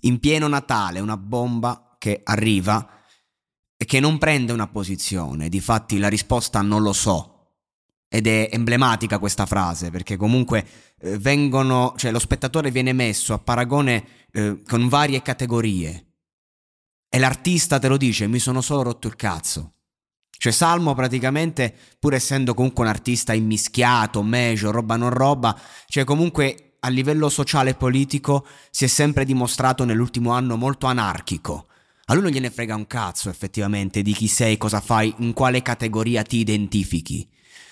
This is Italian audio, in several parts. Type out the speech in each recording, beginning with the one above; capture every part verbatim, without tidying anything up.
in pieno Natale, una bomba che arriva e che non prende una posizione. Difatti la risposta non lo so. Ed è emblematica questa frase, perché comunque eh, vengono, cioè lo spettatore viene messo a paragone eh, con varie categorie e l'artista te lo dice: mi sono solo rotto il cazzo. Cioè Salmo praticamente, pur essendo comunque un artista immischiato, major, roba non roba, cioè comunque a livello sociale e politico si è sempre dimostrato nell'ultimo anno molto anarchico. A lui non gliene frega un cazzo effettivamente di chi sei, cosa fai, in quale categoria ti identifichi.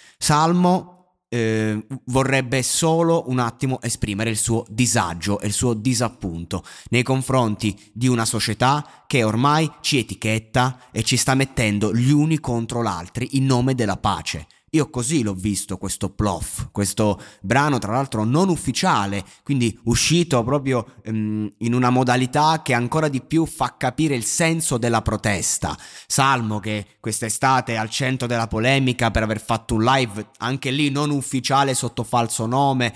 Salmo eh, vorrebbe solo un attimo esprimere il suo disagio e il suo disappunto nei confronti di una società che ormai ci etichetta e ci sta mettendo gli uni contro l'altri in nome della pace. Io così l'ho visto questo Plof, questo brano tra l'altro non ufficiale, quindi uscito proprio um, in una modalità che ancora di più fa capire il senso della protesta. Salmo che quest'estate è al centro della polemica per aver fatto un live anche lì non ufficiale sotto falso nome,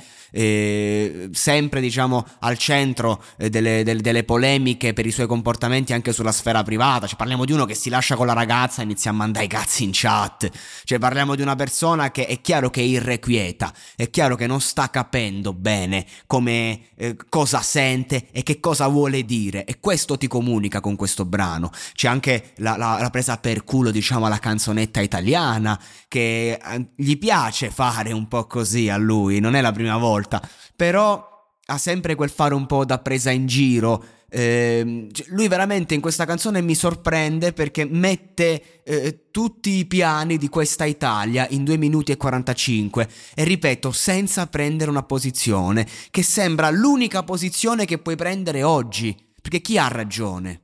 eh, sempre diciamo al centro eh, delle, delle, delle polemiche per i suoi comportamenti anche sulla sfera privata. Cioè, parliamo di uno che si lascia con la ragazza e inizia a mandare i cazzi in chat. Cioè parliamo di una persona che è chiaro che è irrequieta, è chiaro che non sta capendo bene come eh, cosa sente e che cosa vuole dire, e questo ti comunica con questo brano. C'è anche la, la, la presa per culo diciamo alla canzonetta italiana, che eh, gli piace fare un po' così a lui, non è la prima volta, però ha sempre quel fare un po' da presa in giro. Eh, lui veramente in questa canzone mi sorprende perché mette eh, tutti i piani di questa Italia in due minuti e quarantacinque, e ripeto, senza prendere una posizione che sembra l'unica posizione che puoi prendere oggi, perché chi ha ragione?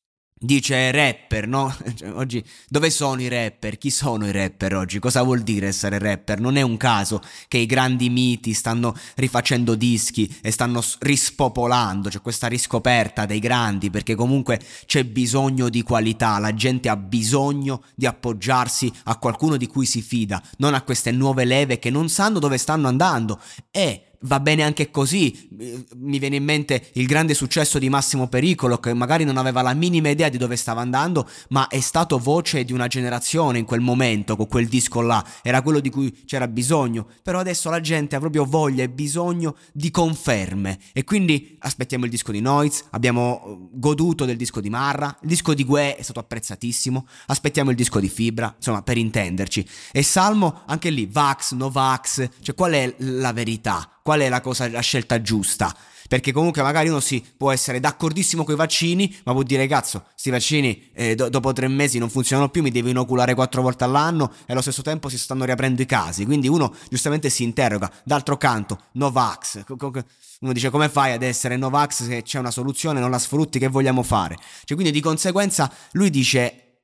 Dice rapper, no? Cioè, oggi dove sono i rapper? Chi sono i rapper oggi? Cosa vuol dire essere rapper? Non è un caso che i grandi miti stanno rifacendo dischi e stanno rispopolando, c'è cioè questa riscoperta dei grandi, perché comunque c'è bisogno di qualità, la gente ha bisogno di appoggiarsi a qualcuno di cui si fida, non a queste nuove leve che non sanno dove stanno andando. E va bene anche così. Mi viene in mente il grande successo di Massimo Pericolo, che magari non aveva la minima idea di dove stava andando, ma è stato voce di una generazione in quel momento, con quel disco là, era quello di cui c'era bisogno. Però adesso la gente ha proprio voglia e bisogno di conferme, e quindi aspettiamo il disco di Noiz, abbiamo goduto del disco di Marra, il disco di Guè è stato apprezzatissimo, aspettiamo il disco di Fibra, insomma, per intenderci. E Salmo anche lì, Vax, no Vax, cioè qual è la verità? Qual è la cosa, la scelta giusta? Perché comunque magari uno si può essere d'accordissimo con i vaccini, ma può dire: cazzo, sti vaccini eh, do- dopo tre mesi non funzionano più, mi devo inoculare quattro volte all'anno, e allo stesso tempo si stanno riaprendo i casi. Quindi uno giustamente si interroga. D'altro canto, Novax, uno dice: come fai ad essere Novax se c'è una soluzione, non la sfrutti, che vogliamo fare? Cioè, quindi di conseguenza lui dice,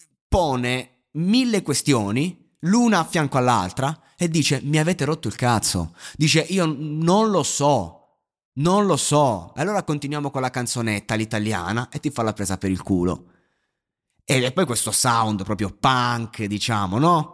pone mille questioni, l'una a fianco all'altra, e dice: mi avete rotto il cazzo. Dice: io non lo so, non lo so. E allora continuiamo con la canzonetta, l'italiana, e ti fa la presa per il culo. E poi questo sound proprio punk, diciamo, no?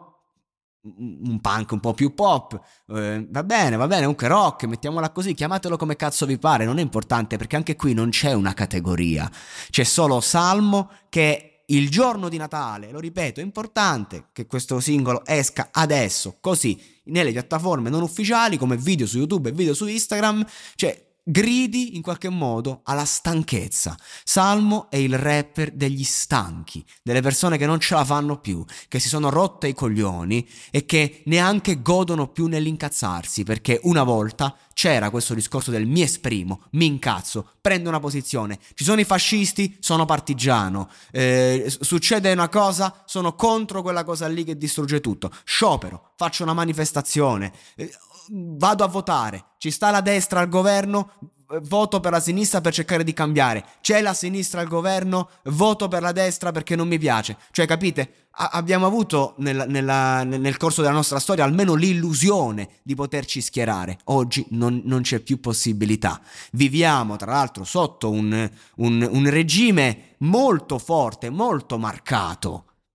Un punk un po' più pop, eh, va bene, va bene, comunque rock, mettiamola così, chiamatelo come cazzo vi pare, non è importante, perché anche qui non c'è una categoria, c'è solo Salmo che il giorno di Natale, lo ripeto, è importante che questo singolo esca adesso, così, nelle piattaforme non ufficiali come video su YouTube e video su Instagram, cioè gridi in qualche modo alla stanchezza. Salmo è il rapper degli stanchi, delle persone che non ce la fanno più, che si sono rotte i coglioni e che neanche godono più nell'incazzarsi, perché una volta c'era questo discorso del mi esprimo, mi incazzo, prendo una posizione, ci sono i fascisti, sono partigiano, eh, succede una cosa, sono contro quella cosa lì che distrugge tutto, sciopero, faccio una manifestazione, eh, vado a votare, ci sta la destra al governo, voto per la sinistra per cercare di cambiare, c'è la sinistra al governo, voto per la destra perché non mi piace. Cioè, capite? A- abbiamo avuto nel, nella, nel corso della nostra storia almeno l'illusione di poterci schierare. Oggi non, non c'è più possibilità. Viviamo tra l'altro sotto un, un, un regime molto forte, molto marcato,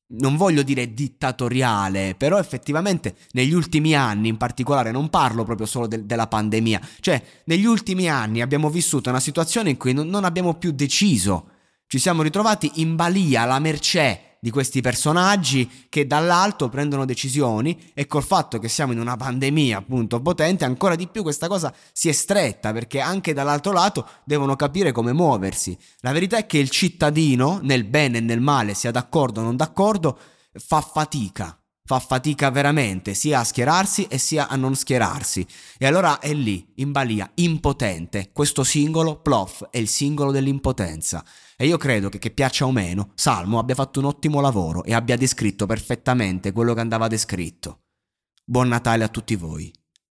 non voglio dire dittatoriale, però effettivamente negli ultimi anni, in particolare, non parlo proprio solo de- della pandemia, cioè negli ultimi anni abbiamo vissuto una situazione in cui non, non abbiamo più deciso, ci siamo ritrovati in balia, alla mercé di questi personaggi che dall'alto prendono decisioni, e col fatto che siamo in una pandemia appunto potente, ancora di più questa cosa si è stretta, perché anche dall'altro lato devono capire come muoversi. La verità è che il cittadino, nel bene e nel male, sia d'accordo o non d'accordo, fa fatica. Fa fatica veramente sia a schierarsi e sia a non schierarsi. E allora è lì, in balia, impotente. Questo singolo, Plof, è il singolo dell'impotenza. E io credo che, che piaccia o meno, Salmo abbia fatto un ottimo lavoro e abbia descritto perfettamente quello che andava descritto. Buon Natale a tutti voi.